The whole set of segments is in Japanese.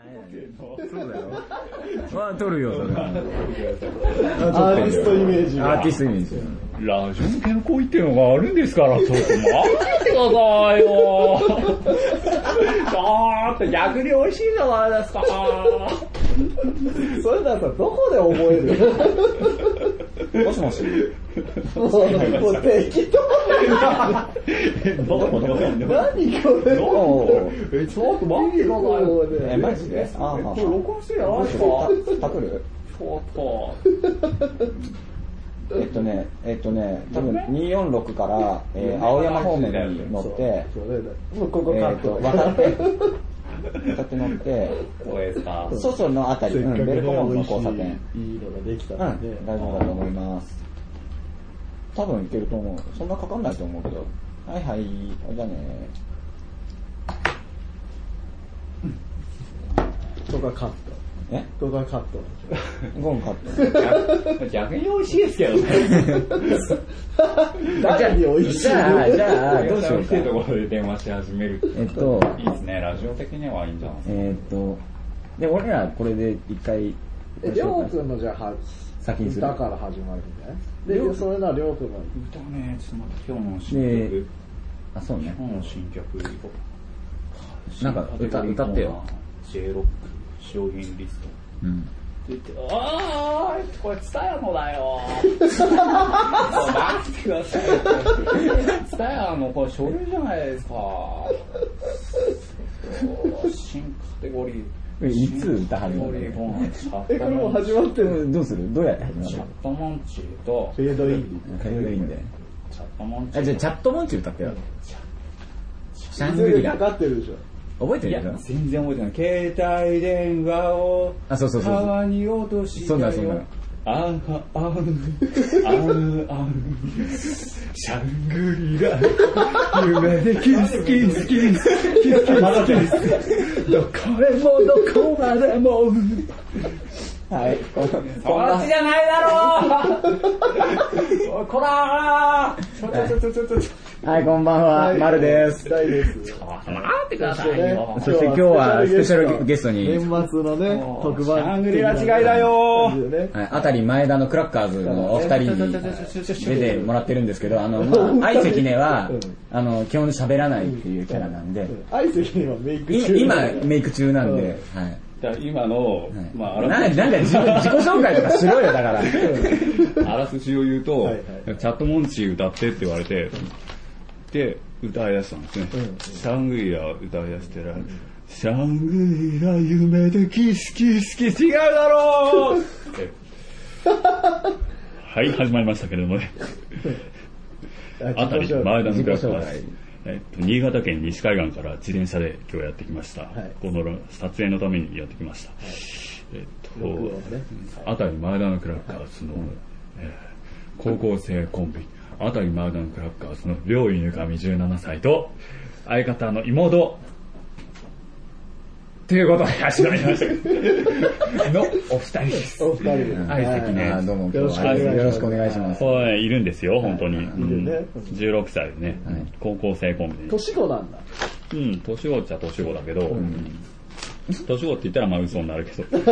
そうだよ。まあ、撮るよ、それは。 アーティストイメージ。 アーティストイメージ。 ラジオの健康っていうのがあるんですから、ちょっと待ってくださいよ。ちょっと逆に美味しいじゃないですか。 それだったらどこで覚える？ もしもし。 もう適当何これ？ 何これ？ ちょっと待ってくださいよ。 マジで？ これ録音してやらないですか？ パクる？ ちょっと。 多分246から、青山方面に乗って、 もうここカット。 渡って乗って、 これですか？ そうのあたり、ベルコモンズの交差点。 いいのができたんで、 大丈夫だと思います。多分いけると思う。そんなかかんないと思うけど。はいはい、じゃあね。 ここはカット。ここはカット。 ゴンカット。 逆に美味しいですけどね。 誰に美味しい？ じゃあ、どうしようか。 ところで電話し始める。いいですね、ラジオ的にはいいんじゃないですか。 で、俺らこれで一回。 りょうくんのじゃあ、 先にする。 歌から始まるんじゃない？で、それならりょうくんが。 歌ね、ちょっと待って、今日の新曲。 あ、そうね。 今日の新曲。 なんか歌ってよ。 J ロック商品リスト。 うん。 あー、これツタヤのだよ。待ってください。ツタヤのこれ書類じゃないですか。新カテゴリー。 いつ歌始まるの？ これもう始まってる。 どうする？どうやって始まるの？ チャットモンチーとフェードインフェードインで。 チャットモンチー。 じゃあチャットモンチー歌ってよ。シャングリラ。 かかってるでしょ。 覚えてるでしょ？ 全然覚えてない。携帯電話を川に落としたよ。 そんな。 シャングリラ夢でキスキスキスキスどこへもどこまでもはい。 こっちじゃないだろうこらーはい、こんばんは、まるです。 大です。 ちょっと待ってくださいよ。 そして今日はスペシャルゲストに、 年末のね、特番。 シャングリラ違いだよはい、あたり前田のクラッカーズのお二人に出てもらってるんですけど、相関根は、基本喋らないっていうキャラなんで、 相関根はメイク中。 今メイク中なんで、はい。 今の、 なんか自己紹介とかしろよ、だから。 あらすじを言うと、チャットモンチー歌ってって言われて、で、歌い出したんですね。シャングリラを歌い出してら、シャングリラ夢でキスキスキス違うだろうはい、始まりましたけれどもね。あたり、前田のクラッカーズ。新潟県西海岸から自転車で今日やってきました。この撮影のためにやってきました。あたり前田のクラッカーズの高校生コンビ、あたり前田のクラッカーズの両犬神17歳と相方の妹ということで始まりましたのお二人です。 お二人です。 相関根。 どうも今日はよろしくお願いします。 いるんですよ、本当に。16歳でね、高校生コンビ。 年子なんだ。 うん、年子っちゃ年子だけど、年子って言ったら嘘になるけど、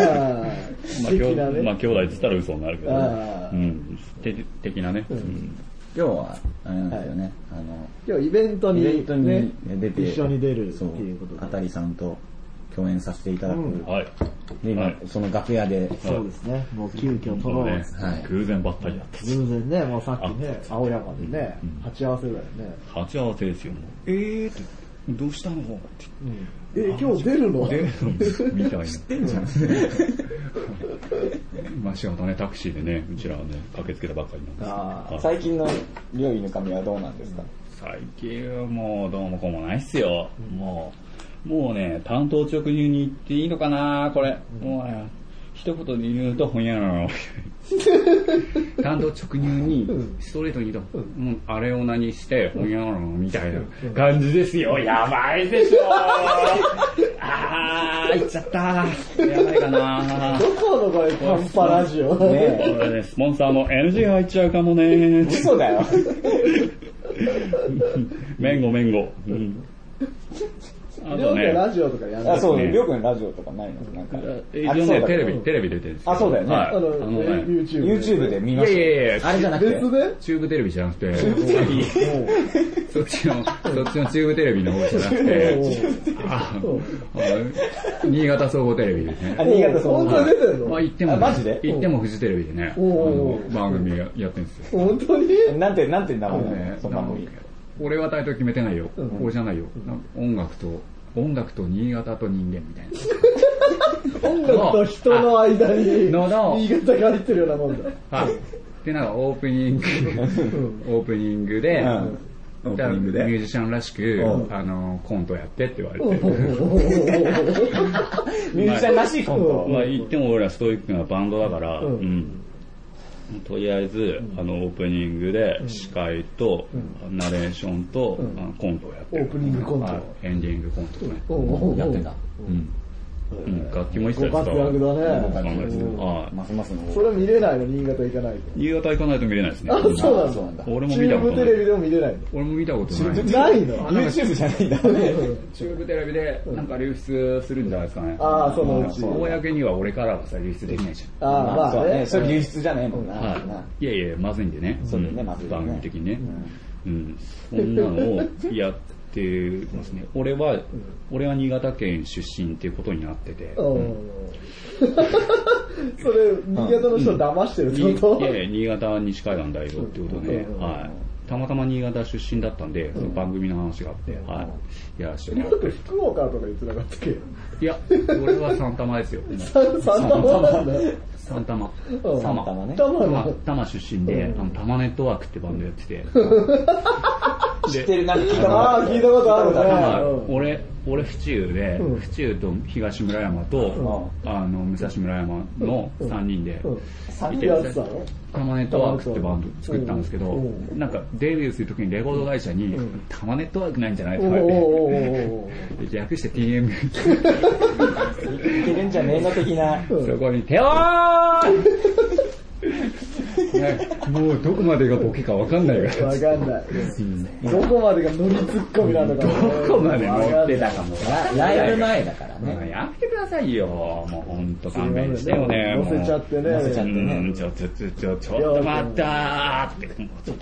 まあ兄弟って言ったら嘘になるけど、的なね。 今日はあれなんですよね。 今日イベントに出て一緒に出るっていうことで、 あたりさんと共演させていただく。で今その楽屋で。 そうですね。もう急遽撮ろう。 偶然ばっかりだった。 偶然ね、もうさっきね、青山でね、鉢合わせだよね。 鉢合わせですよ。どうしたのって。 今日出るのみたいな。 知ってんじゃん。 まあ仕事ね、タクシーでね、うちらはね、駆けつけたばっかりなんです。 最近の両犬神はどうなんですか？ 最近はもうどうもこうもないっすよ。もうね、単刀直入に言っていいのかなこれ。もうね、一言で言うと、ほんやらの。単刀直入に、ストレートに言うと、もうあれを何して、ほんやらのみたいな感じですよ。やばいでしょ言っちゃったやばいかなどこのこれ、パンパラジオねスポンサーの NG 入っちゃうかもね嘘だよ。 めんご。 りょうくんラジオとかやんない。 そう、りょうくんラジオとかないのなんか。 一応ね、テレビ出てるんですよ。 そうだよね。 YouTube で見ました。いやあれじゃなくて。 チューブテレビじゃなくて、そっちのチューブテレビの方じゃなくて、新潟総合テレビですね。 新潟総合。本当に出てるの？ 行っても、 マジで？ 行ってもフジテレビでね、番組やってるんですよ。 本当に？ なんて名前ね、そんなのいい。 俺はタイトル決めてないよ。こうじゃないよ。音楽と新潟と人間みたいな。 音楽と人の間に新潟が入ってるようなもんだ。 はい。で、なんかオープニングで、ミュージシャンらしく、コントやってって言われて。ミュージシャンらしいコント？ まあ言っても俺らストイックなバンドだから、とりあえず、オープニングで司会と、ナレーションと、コントをやってる。 オープニングコント。 エンディングコントね。 やってんだ。 楽器も一切ご活躍だね。 ますますの。 それ見れないの、新潟行かないと。 新潟行かないと見れないですね。 あ、そうなんだ。 俺も見たことない。 チューブテレビでも見れないの。 俺も見たことない。 ないの？ YouTube じゃないんだ。 チューブテレビでなんか流出するんじゃないですかね。 ああ、そのうち。 公には俺からはさ、流出できないじゃん。ああ、まあね。 それ流出じゃねえもんな。 いやいや、まずいんでね。 そうだね、まずい。 番組的にね。そんなのをやってますね。俺は新潟県出身っていうことになってて。 それ、新潟の人騙してるってこと？ いやいや、新潟西海岸代表ってことで、たまたま新潟出身だったんで、その番組の話があって、いや、知らなくて。 福岡とか言ってなかったっけ？ いや、俺はサンタマですよ。 サンタマなんだ。 サンタマ。 サンタマね。 多摩出身で、タマネットワークってバンドやってて。 知ってる、なんか聞いたことあるね。俺府中で、府中と東村山と、武蔵村山の3人で、タマネットワークってバンド作ったんですけど、なんかデビューするときにレコード会社に、タマネットワークないんじゃないって言われて、略して TM。 いけるんじゃねえの的な。 そこに、手をもうどこまでがボケか分かんないから。 分かんない。どこまでがノリツッコミなのか。 どこまで乗ってたかも。 ライブ前だからね。 やめてくださいよ。もうほんと勘弁してよね。 乗せちゃってね。 ちょっと待ったーって。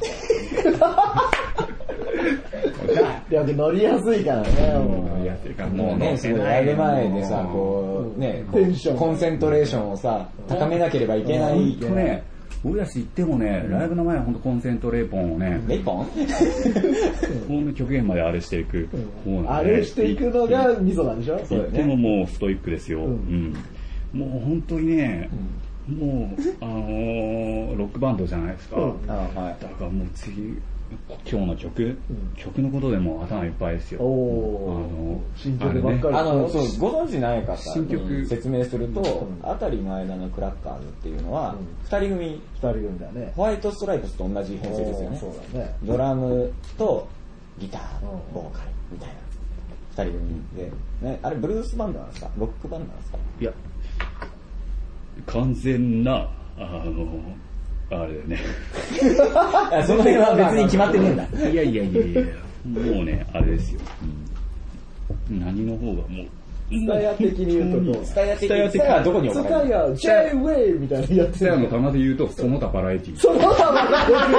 いや、乗りやすいからね。 乗りやすいから。 もうね、ライブ前でさ、こう、ね、コンセントレーションをさ、高めなければいけない。 俺たち行ってもね、ライブの前はほんとコンセントレーポンをね、 レポンほんと極限まであれしていく方なんで。 あれしていくのがミソなんでしょ？ そうでももうストイックですよ。もう本当にね、もう、ロックバンドじゃないですか。だからもう次、今日の曲のことでも頭いっぱいですよ。 新曲ばっかり。 そう、ご存知ない方に説明すると、あたりの間のクラッカーズっていうのは、二人組だね。 ホワイトストライプスと同じ編成ですよね。 そうだね。 ドラムとギター、ボーカルみたいな二人組で、あれブルースバンドなんですか？ロックバンドなんですか？ いや、完全な、あれね。 その辺は別に決まってねえんだ。 いや、もうね、あれですよ。何の方がもう。 ツタヤ的に言うと、 ツタヤ的はどこに置かれる？ ツタヤ J-Way みたいなやってる。 ツタヤの棚で言うと、その他バラエティー。 その他バラエティ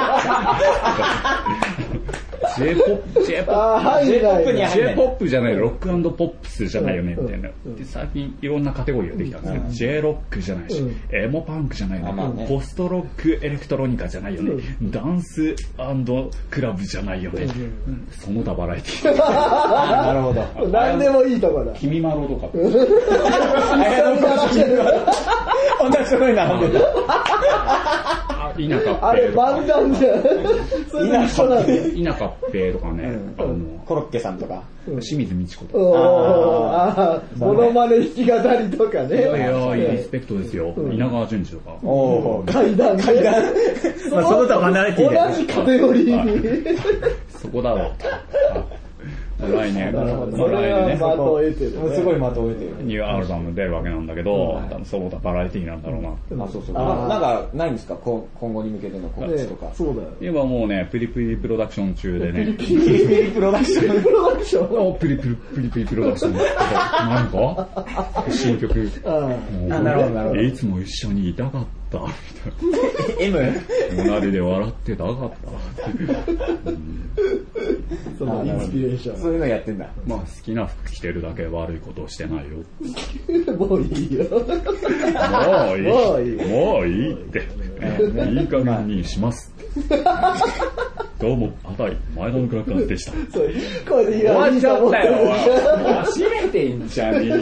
ー。 J-POP じゃない、ロック&ポップスじゃないよね、みたいな。で、最近いろんなカテゴリーができたんですけど、J ロックじゃないし、エモパンクじゃないよね、ポストロックエレクトロニカじゃないよね、ダンス&クラブじゃないよね、その他バラエティー。 なるほど。 何でもいいとこだ。 君まろとか。 同じとこに並んでた。 田舎あれ漫談じゃん。それ一緒なんだよ。 田舎っぺとかね、 コロッケさんとか、 清水美智子とか。モノマネ弾き語りとかね。 いやリスペクトですよ。稲川淳二とか。 階段。 その他バラエティーで。 同じカテゴリーに。 そこだろう。 来年、 それは的を得てる。 すごい的を得てる。 ニューアルバム出るわけなんだけど、多分そうだバラエティーなんだろうな。 そうそう。なんかないんですか今後に向けての告知とか。 そうだよ。 今もうね、プリプリプロダクション中でね。 プリプロダクション。 プリプリプロダクション。なんか新曲。 なるほどなるほど。 いつも一緒にいたかった。 M？ 隣で笑ってたかった。 そのインスピレーション。 そういうのやってんだ。 まあ好きな服着てるだけ悪いことをしてないよ。 もういいよ。 もういいって。いい加減にします。どうも、前田のクラッカーズでした。 そう、いい声で言われちゃったよ。閉めてんじゃね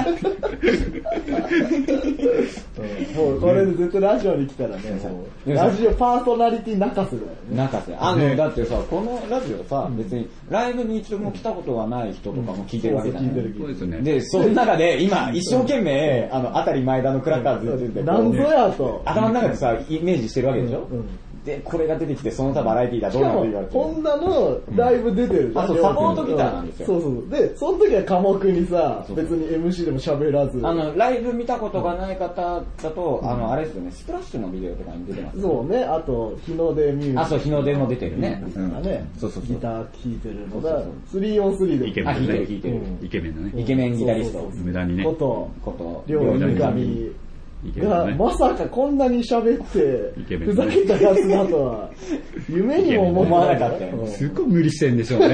えもうこれでずっとラジオに来たらね、ラジオパーソナリティ泣かせだよね。 泣かせ。だってさ、このラジオさ、別にライブに一度も来たことがない人とかも聞いてるわけじゃない。 そうですよね。 で、その中で今、一生懸命、前田のクラッカーズって言って、 なんぞやと。 頭の中でさ、イメージしてるわけでしょ。で、これが出てきて、その他バラエティーだどうなのって言われて。 ホンダのライブ出てるじゃん。 サポートギターなんですよ。 そう。で、その時は科目にさ、別に MC でも喋らず。 ライブ見たことがない方だと、あれですよね、スプラッシュのビデオとかに出てます。 そうね、あと、日の出ミュージック。 日の出も出てるね。 そう。ギター弾いてるのが、3on3 で。 イケメンだね。 イケメンだね。 イケメンギタリスト。 無駄にね。 こと、両ゆかみ。が、まさかこんなに喋って、ふざけたやつだとは、夢にも思わなかったよ。 すっごい無理してんでしょうね。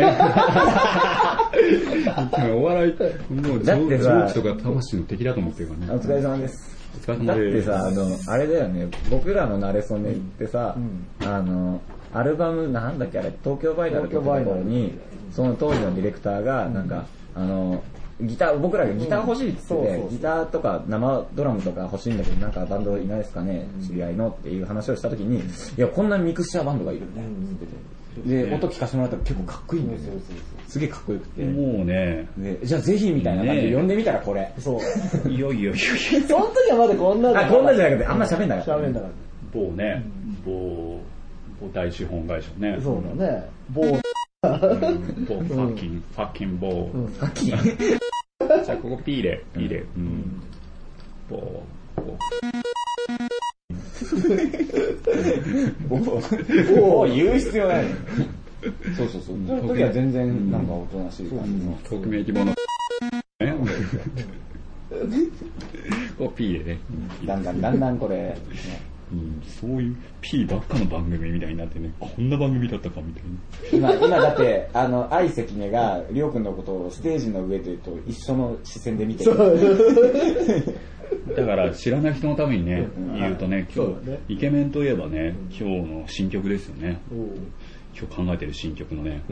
お笑い、もう、だってさ、とか魂の敵だと思ってるからね。 お疲れ様です。だってさ、あれだよね、僕らの慣れ初めってさ、アルバム、なんだっけあれ、東京バイタルとかに、その当時のディレクターが、なんか、僕らがギター欲しいって言ってて、ギターとか生ドラムとか欲しいんだけど、なんかバンドいないですかね、知り合いのっていう話をしたときに、いや、こんなミクスチャーバンドがいるんだよって言ってて。で、音聞かせてもらったら結構かっこいいんですよ。すげえかっこよくて。 もうね。 じゃあぜひみたいな感じで呼んでみたらこれ。 そう。 いや。 その時はまだこんなこんなじゃなくて、あんま喋んなかった。 喋んなかった。 某大資本会社ね。 そうだね。某ファッキン某。 ファッキンじゃあここピーレ。某。 言う必要ない。そう。その時は全然なんかおとなしい感じの。 匿名希望のこうピーレね。 だんだんこれ。 そういう P ばっかの番組みたいになってね、こんな番組だったかみたいな。 今だって、相関根が、りょうくんのことをステージの上でと一緒の視線で見てる。 だから知らない人のためにね、言うとね、今日、イケメンといえばね、今日の新曲ですよね。今日考えてる新曲のね、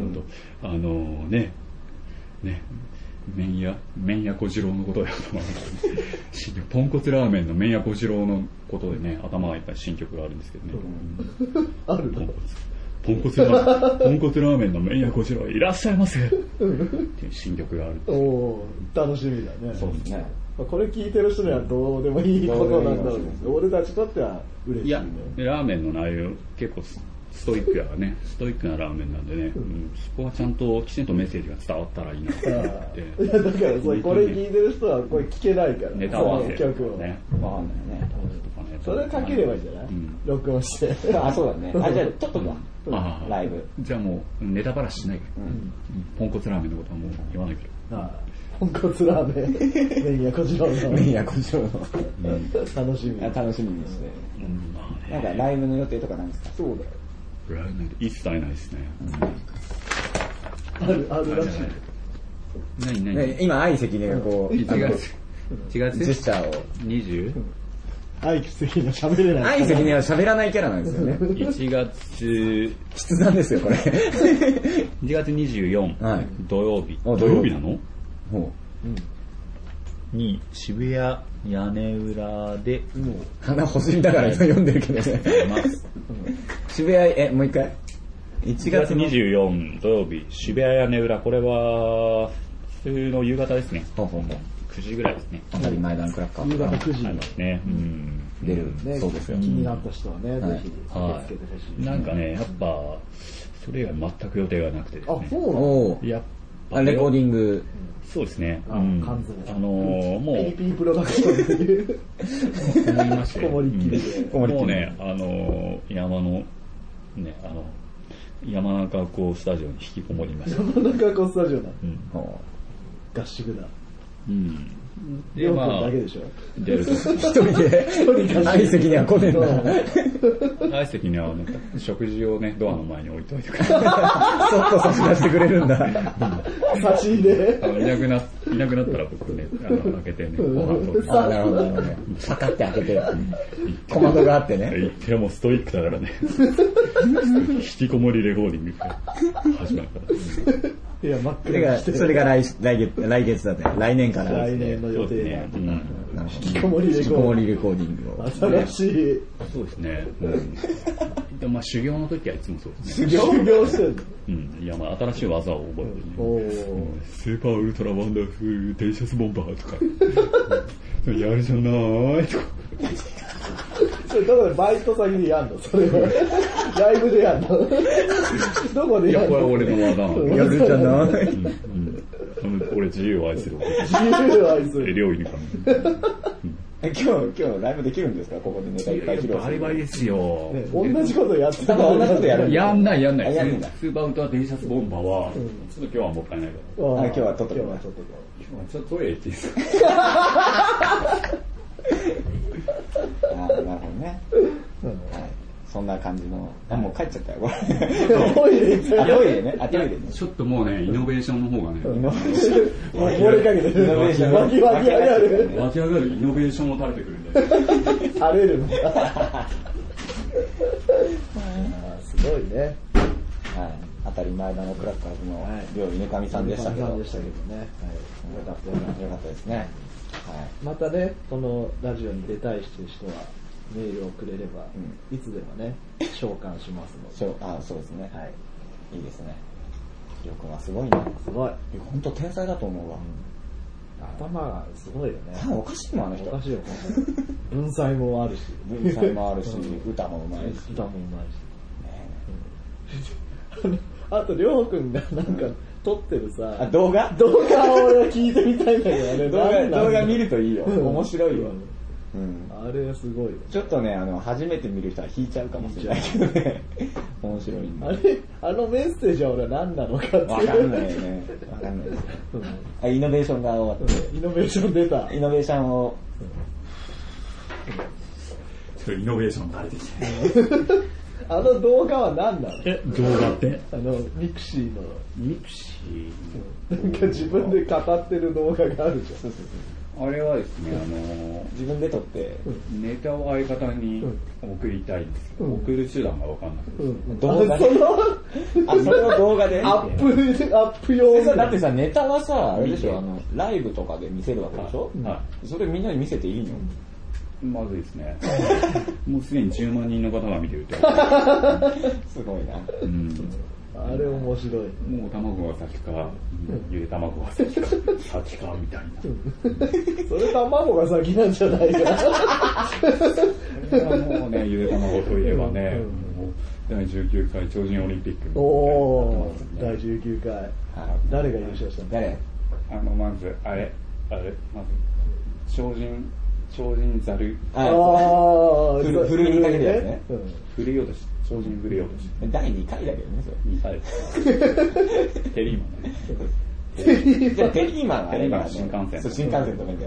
麺屋小次郎のことでポンコツラーメンの麺屋小次郎のことでね、頭がいっぱい新曲があるんですけどね。 あるポンコツラーメンの麺屋小次郎いらっしゃいませっていう新曲がある。 楽しみだね。 そうですね。 これ聞いてる人にはどうでもいいことなんだろうけど、俺たちにとっては嬉しいね。 いや、ラーメンの内容結構ストイックやからね、ストイックなラーメンなんでね、そこはちゃんときちんとメッセージが伝わったらいいなと思って。 いや、だからこれ聞いてる人はこれ聞けないから、 ネタ合わせ曲をね。 わかんないね。 それかければいいんじゃない？録音して。 そうだね。じゃあちょっとライブ。 じゃあもうネタバラししないから。ポンコツラーメンのことはもう言わないから。 ポンコツラーメン。麺屋小次郎の。 麺屋小次郎の。 楽しみにして。なんかライブの予定とかないんですか？ そうだよ。 ライブ一切ないですね。 あるらしい。 何今、相関根がこう、 1月ジェスチャーを。 20？ 相関根は喋れない。 相関根は喋らないキャラなんですよね。 1月、 筆談ですよ、これ。 1月24、土曜日。土曜日なの？に渋谷屋根裏で花欲しいだから読んでるけどね。渋谷、もう一回。 1月24土曜日、渋谷屋根裏、これは普通の夕方ですね。9時ぐらいですね。 前段クラッカー。 夕方9時ね。 出る。そうですよ。 気になった人はね、ぜひ駆けつけてほしい。なんかね、やっぱそれ以外全く予定がなくてですね。 あ、そうなの？ やっレコーディング。 そうですね。 缶詰。 もう。 PP プロダクションでいう。 思いましたよ。 こもりっきりで。 もうね、山の、ね、山中湖スタジオに引きこもりました。 山中湖スタジオだ。合宿だ。 で、まあ、 だけでしょ。 一人で、相席には来ねえんだ。 相席には、食事をね、ドアの前に置いといてくれる。 そっと差し出してくれるんだ。 差し入れ。 いなくなったら僕ね、開けてね、ご飯と。 なるほどね。パカって開けて、コマンドがあってね。 言ってもストイックだからね。引きこもりレコーディングが始まるから。 いや、真っ暗にしてそれが来月だって、来年から。 来年の予定が。引きここもりレコーディングを。 新しい。 そうですね。でもまあ修行の時はいつもそうですね。 修行してるいや、まあ新しい技を覚えてね。スーパーウルトラワンダフルデリシャスボンバーとか。やるじゃないとか。 それどこでバイト先でやんのそれは。ライブでやんのどこでやんの。 いや、これは俺の技なの。 やるじゃない。 俺自由を愛する。 自由を愛する。 料理に関今日ライブできるんですかここでネタいっぱい披露する。 バリバリですよ。 同じことやってた。 同じことやる。 やんない。スーパーウルトラデリシャスボンバーは、ちょっと今日はもったいないから。 今日は撮っとく。 今日はちょっとトイレ行っていいですかなるほどね。そんな感じの。もう帰っちゃったよ、これ。 トイレね。トイレね。 ちょっともうね、イノベーションの方がね。 漏れかけてる。湧き上がる。 湧き上がるイノベーションを垂れてくるんで。 垂れるのか。すごいね。 当たり前田のクラッカーズの両犬神さんでしたけど。よかったですね。 またね、このラジオに出たい人はメールをくれれば、いつでもね、召喚しますので。 そうですね。 はい。 いいですね。りょうくんはすごいね。 すごい。 本当天才だと思うわ。 頭がすごいよね。 おかしいもん、あの人。 おかしいよ、文才もあるし。 文才もあるし、歌もうまいし。 歌もうまいし。あと、りょうくんがなんか、撮ってるさ、 動画を俺は聞いてみたいんだけど、あれ動画見るといいよ。面白いよ。 あれすごい。 ちょっとね、初めて見る人は引いちゃうかもしれないけどね。面白いんで。 あのメッセージは俺は何なのかって。 わかんないよね。わかんないですよ。イノベーションが終わって。 イノベーション出た。 イノベーションを。 イノベーション垂れてきて。 あの動画は何なの？ 動画ってミクシーの。 ミクシーなんか自分で語ってる動画があるじゃん。 あれはですね、 自分で撮って、 ネタを相方に送りたいんですけど、送る手段が分かんなくて。 動画でそれを動画でアップ用だってさ、ネタはさ、あれでしょ、ライブとかで見せるわけでしょ？それみんなに見せていいの？ まずいですね。もうすでに10万人の方が見てるって。 すごいな。 あれ面白い。 もう卵が先か、ゆで卵が先か、先かみたいな。 それ卵が先なんじゃないか。 それはもうね、ゆで卵といえばね、第19回超人オリンピック。 第19回。誰が優勝したの？ 誰？ まず、まず、超人ザル。 ふるいにかけるやつね。 ふるい落とし。超人ふるい落とし。 第2回だけどね、 それ。2回。テリーマンね。 テリーマンはね、 新幹線。 新幹線とかだよ。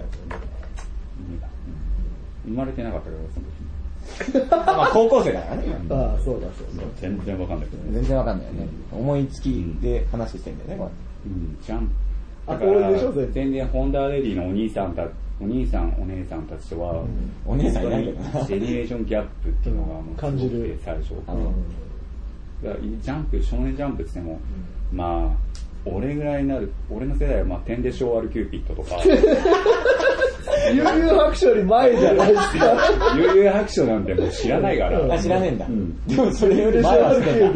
生まれてなかったけど、その時。 まあ高校生だからね。 そうだ。 全然わかんないけど。 全然わかんないよね。思いつきで話してんだよね、これ。 じゃん。 これでしょ、 全然ホンダレディのお姉さんお姉さんたちとは、 お姉さんいないけどな。 ジェネレーションギャップっていうのがもう感じる最初。ジャンプ、少年ジャンプって言っても、まあ、俺ぐらいになる、俺の世代はまあ、点で昭和キューピットとか。 悠々白書より前じゃないですか。 悠々白書なんてもう知らないから。 知らねえんだ。でもそれより前は知って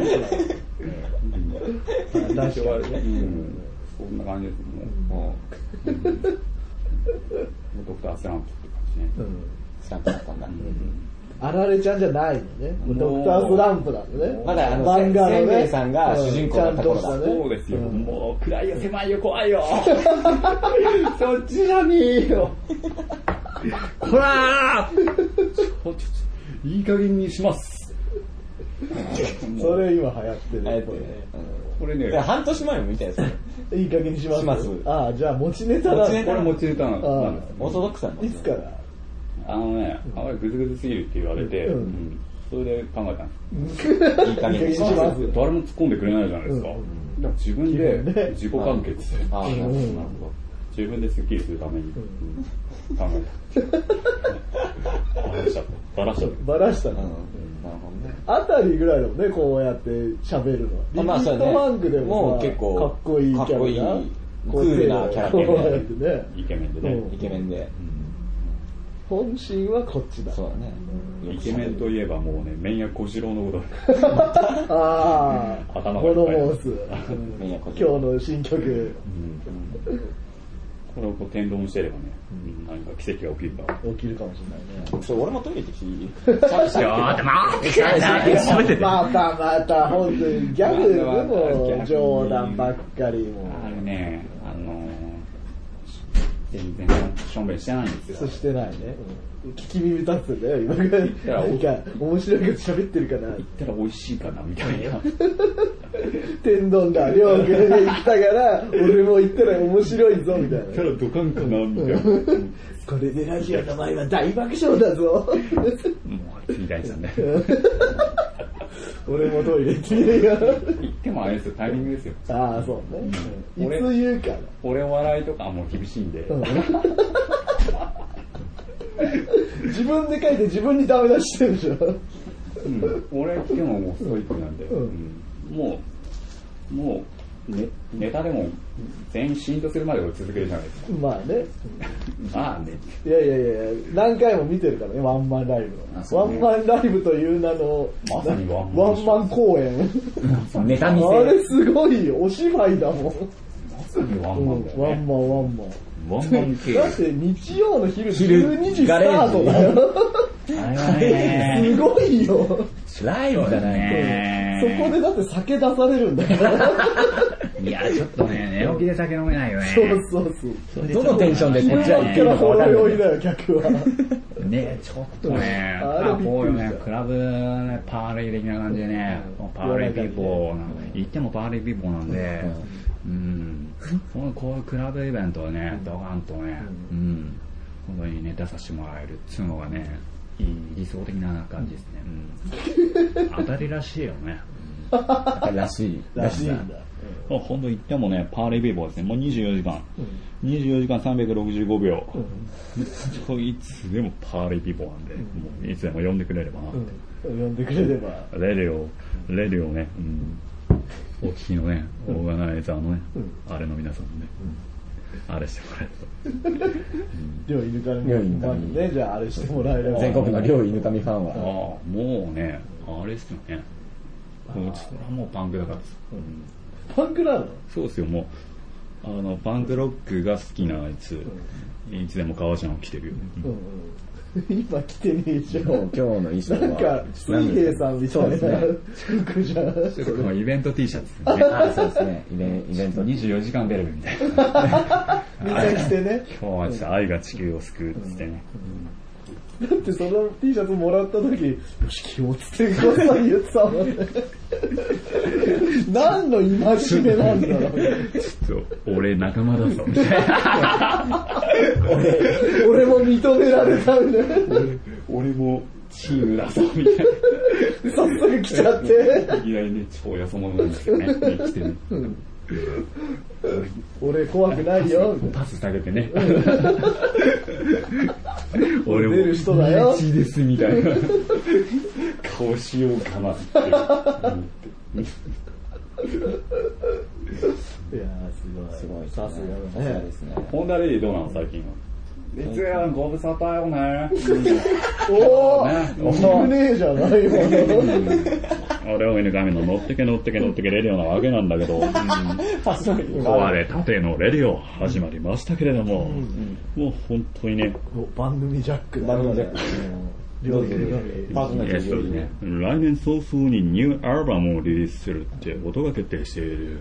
た。昭和ね。そんな感じです。もうドクタースランプって感じね。 スランプだったんだ。 あられちゃんじゃないのね。ドクタースランプなんだね。 まだ漫画のせんべいさんが主人公だった頃だ。 そうですよ。もう暗いよ、狭いよ、怖いよ。そっちじゃねえよ。こらーいい加減にします。 それ今流行ってる。 これね、 半年前も見たやつ。 いい加減にします。ああ、じゃあ持ちネタだ。 これ持ちネタなんです。 オーソドックスなんです。 いつから？ あまりグズグズすぎるって言われて、それで考えたんです。いい加減にします。誰も突っ込んでくれないじゃないですか。だから自分で自己完結。自分でスッキリするために考えた。バラしたの。あたりぐらいだもんね、こうやって喋るの。リキッドファンクでも結構かっこいいキャラが、 クールなキャラこうやってね、イケメンでね。 イケメンで。 本心はこっちだ。 そうだね。 イケメンといえばもうね、麺屋小次郎のこと。 ああ、 頭がいっぱい。ボノモース。今日の新曲。 これをこう天丼してればね、何か奇跡が起きるかもしれないね。 そう、俺もトイレ行ってきていい？ また、本当にギャグでも冗談ばっかりも。 あれね、全然しょんべんしてないんですよ。 してないね。聞き耳立つんだよ、今から。なんか、面白いこと喋ってるかな。 言ったら美味しいかな、みたいな。 天丼だ、りょうくんで言ったから、俺も言ったら面白いぞ、みたいな。 言ったらドカンかな、みたいな。 これでラジオの前は大爆笑だぞ。もう、 みたいですよね。 俺もトイレ行ってるよ。 言ってもあれですよ、タイミングですよ。 ああ、そうね。いつ言うかな。 俺笑いとかもう厳しいんで。 自分で書いて自分にダメ出してるでしょ。 俺来てももうストイックなんで。もう、ネタでも全員浸透するまで続けるじゃないですか。 まあね。 まあね。 いや、何回も見てるからね、ワンマンライブの。ワンマンライブという名の、 まさにワンマン公演。 ネタ見せ。 あれすごいよ、お芝居だもん。 まさにワンマンだよね。 ワンマン。 ワンマン系。 だって日曜の昼12時スタートだよ。すごいよ。 ライブじゃない。 そこでだって酒出されるんだよ。 いや、ちょっとね、寝起きで酒飲めないよね。 そう。 どのテンションでこっちは行ってるのか分かる。 ほろ酔いだよ、客は。 ね、ちょっとね、こういうね、クラブね、パーレイ的な感じでね、パーレイピーポー、言ってもパーレイピーポーなんで、こういうクラブイベントをね、ドカンとね、本当にね、出させてもらえるっていうのがね、理想的な感じですね。当たりらしいよね。 らしいんだ。 本当言ってもね、パーレイビーボーですね。もう24時間。24時間365秒。いつでもパーレイビーボーなんで、もういつでも呼んでくれればな。 呼んでくれれば。 レディオね、お聞きのね、オーガナイザーのね、あれの皆さんもね、あれしてもらえると。 両犬神ファンにね、じゃああれしてもらえれば。 全国の両犬神ファンは。 もうね、あれですよね。それはもうパンクだからです。 パンクなの？ そうですよ、もうパンクロックが好きなあいつ、いつでも革ジャンを着てるよ。 今着てねえじゃん。 今日の衣装はなんか水平さんみたいな服じゃん。 イベント T シャツね。 そうですね。イベント 24時間ベルみたいな。 みんな着てね。 今日はちょっと愛が地球を救うっつってね。 だってその T シャツもらった時、よし気をつけてください言ってたもんね。何の戒めなんだろう。 ちょっと俺仲間だぞみたいな。 俺も認められたみたいな。 俺もチームだぞみたいな。早速来ちゃって。 いきなりね、超安物なんですよね。来てね。 俺怖くないよ。 パス下げてね。 俺も出る人だよ。 1ですみたいな顔しようかなって思って。 いやすごい。さすがだね。 ホンダレディどうなの最近は。実はご無沙汰よね。 おぉ聞くねえじゃないよ。 俺を犬神の乗ってけレディオなわけなんだけど、壊れたてのレディオ始まりましたけれども、もう本当にね、 番組ジャック。 料理パーソナリティね。来年早々にニューアルバムをリリースするってことが決定している。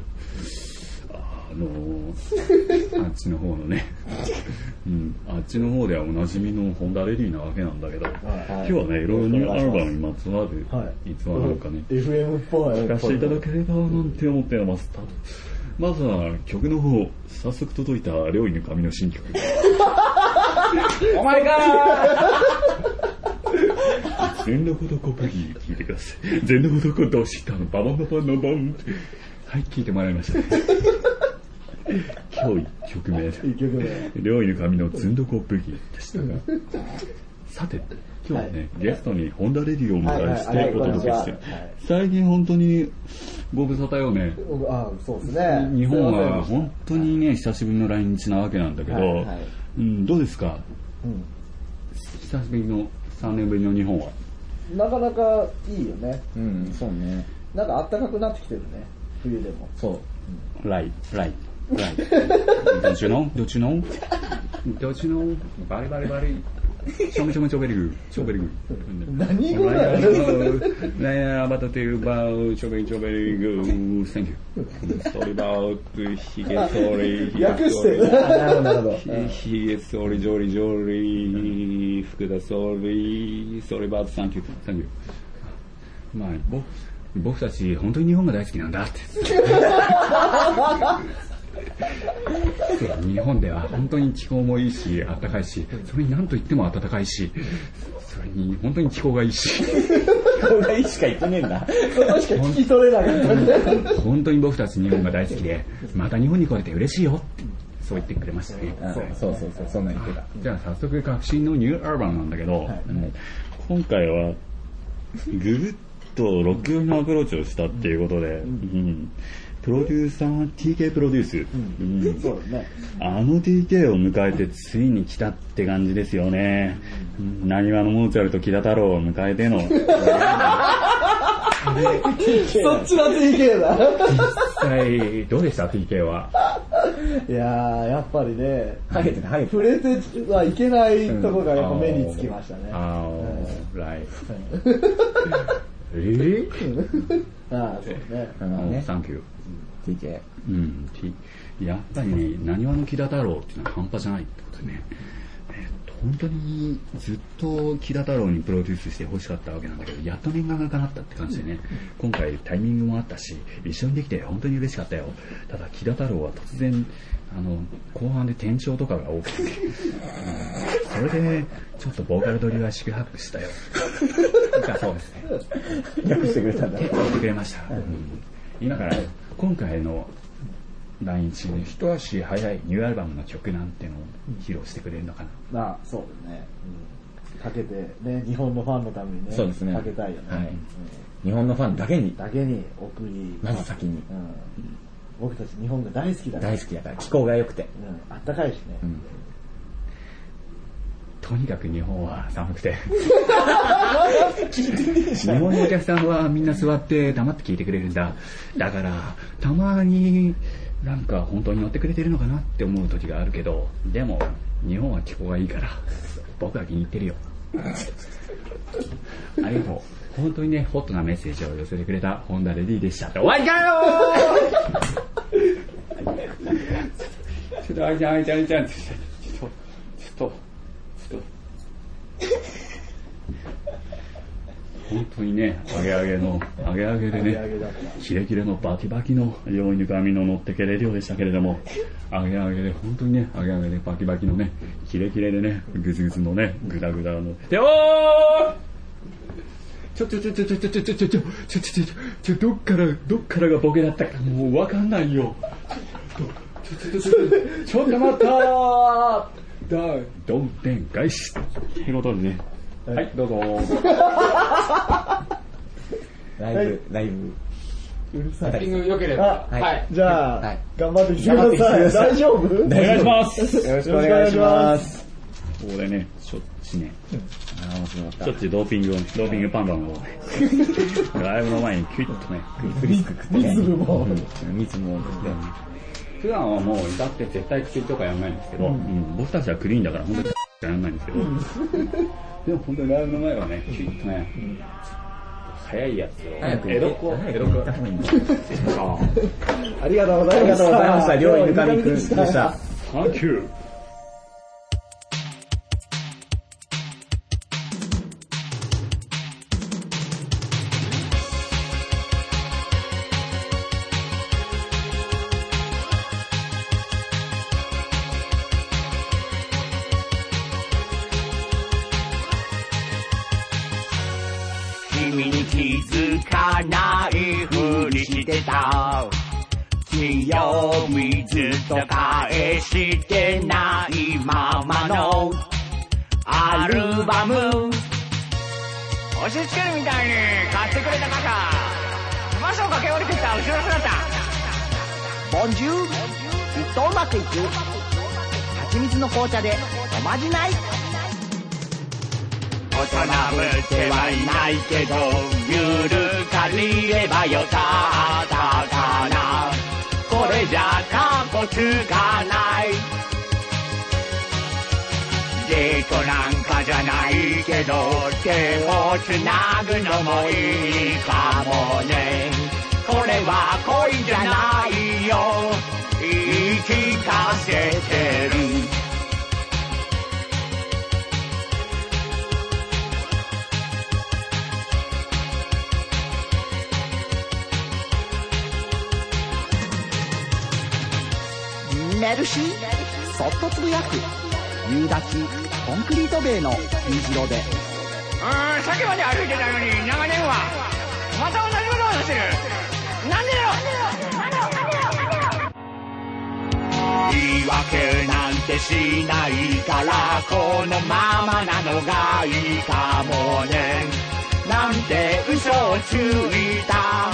あっちの方のね、あっちの方ではおなじみのホンダレディなわけなんだけど、今日はね、いろいろニューアルバムにまつわる逸話なんかね、 FM っぽい聞かせていただければなんて思っています。まずは曲の方、早速届いた料理の神の新曲。 お前かー全のほどこブギー聞いてください。全のほどこどうしたのババババのバン。はい、聞いてもらいました。今日1曲目。料理の神のズンドコブギーでしたが。さて、今日はね、ゲストにホンダレディをお迎えしてお届けしてる。最近本当にご無沙汰よね。 そうですね。 日本は本当にね、久しぶりの来日なわけなんだけど、どうですか、久しぶりの3年ぶりの日本は。 なかなかいいよね。 そうね。 なんか暖かくなってきてるね、冬でも。 そう。 Right. Don't you know? バリバリバリ。ちょめちょめちょべりぐ。ちょべりぐ。 何語だよ。 ライナーバタテルバウ、ちょべりちょべりぐ。Thank you. ストリバウト、ヒゲソリ。 訳してる。 なるほど。 ヒゲソリ、ジョリジョリ、福田ソリ、ストリバウト、Thank you. まあ、僕たち本当に日本が大好きなんだって。日本では本当に気候もいいし暖かいし、それに何と言っても暖かいし、それに本当に気候がいいし、 気候がいいしか言ってねえんだ。 そこしか聞き取れなかったね。 本当に僕たち日本が大好きで、また日本に来れて嬉しいよってそう言ってくれましたね。 そうそんな言ってた。 じゃあ早速革新のニューアルバムなんだけど、今回はぐぐっとロック寄りのアプローチをしたっていうことで、プロデューサー TK プロデュース、 そうだね。 TK を迎えてついに来たって感じですよね。なにわのモーツァルト木田太郎を迎えてのそっちの TK だ。 実際どうでした TK は。 いやー、やっぱりね、 触れてはいけないところがやっぱ目につきましたね。 ライそうね。 サンキュー。 TK。 やっぱりね、なにわの木田太郎っていうのは半端じゃないってことでね。本当にずっと木田太郎にプロデュースしてほしかったわけなんだけど、やっと念願が叶ったって感じでね、今回タイミングもあったし、一緒にできて本当に嬉しかったよ。ただ木田太郎は突然後半で転調とかが多くて、それで、ね、ちょっとボーカル取りは四苦八苦したよ。そうですね。 訳してくれたんだ。 訳してくれました。今から今回の来日に一足早いニューアルバムの曲なんてのを披露してくれるのかな。 そうだね。かけてね、日本のファンのためにね、 そうですね。 かけたいよね。 日本のファンだけに送り、 まず先に。 僕たち日本が大好きだから。 大好きだから、気候が良くて。 あったかいしね。 とにかく日本は寒くて日本のお客さんはみんな座って黙って聞いてくれるんだ。だからたまになんか本当に乗ってくれてるのかなって思う時があるけど、でも日本は気候がいいから僕は気に入ってるよ。ありがとう。本当にね、ホットなメッセージを寄せてくれたホンダレディでしたって。終わりかよちょっとあいちゃんちょっと本当にね、アゲアゲでね、キレキレのバキバキの料理の神の乗ってけれるようでしたけれども、アゲアゲで本当にね、アゲアゲでバキバキのね、キレキレでね、グズグズのね、グダグダので、おーどっからがボケだったかもうわかんないよ。ちょっと待ったー。どんでん返しということでね、はい、どうぞ。 ライブ。 うるさい。 タイミング良ければ。 はい。じゃあ、頑張ってきてください。大丈夫？ お願いします。 よろしくお願いします。 ここでね、しょっちね。しょっちドーピングパンダンをね、ライブの前にキュイッとね、 蜜も。 普段はもう歌って絶対薬とかやらないんですけど、僕たちはクリーンだから本当に。 やらないんですけど、でも本当にライブの前はね、きっとね、早いやつを、江戸っ子。 ありがとうございました。 両犬神くんでした。 Thank you。 君に気づかないふりしてた。清水と返してないままのアルバム。押し付けるみたいに買ってくれた方、マスを駆け下りてきた後ろ姿。ボンジュール、きっとうまくいく。蜂蜜の紅茶でおまじない。大人ぶってはいないけど、ゆるかりればよかったかな。これじゃかっこつかない。デートなんかじゃないけど、手をつなぐのもいいかもね。これは恋じゃないよ、言い聞かせてる。メルシー、そっとつぶやく夕立コンクリート塀の虹色で。さっきまで歩いてたのに長年はまた同じことをしてる。なんでよ。言い訳なんてしないからこのままなのがいいかもね。なんて嘘をついた。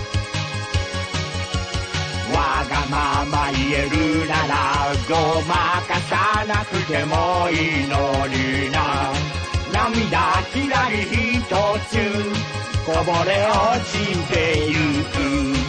わがまま言えるならごまかさなくてもいいのにな。涙きらりひとつこぼれ落ちてゆく。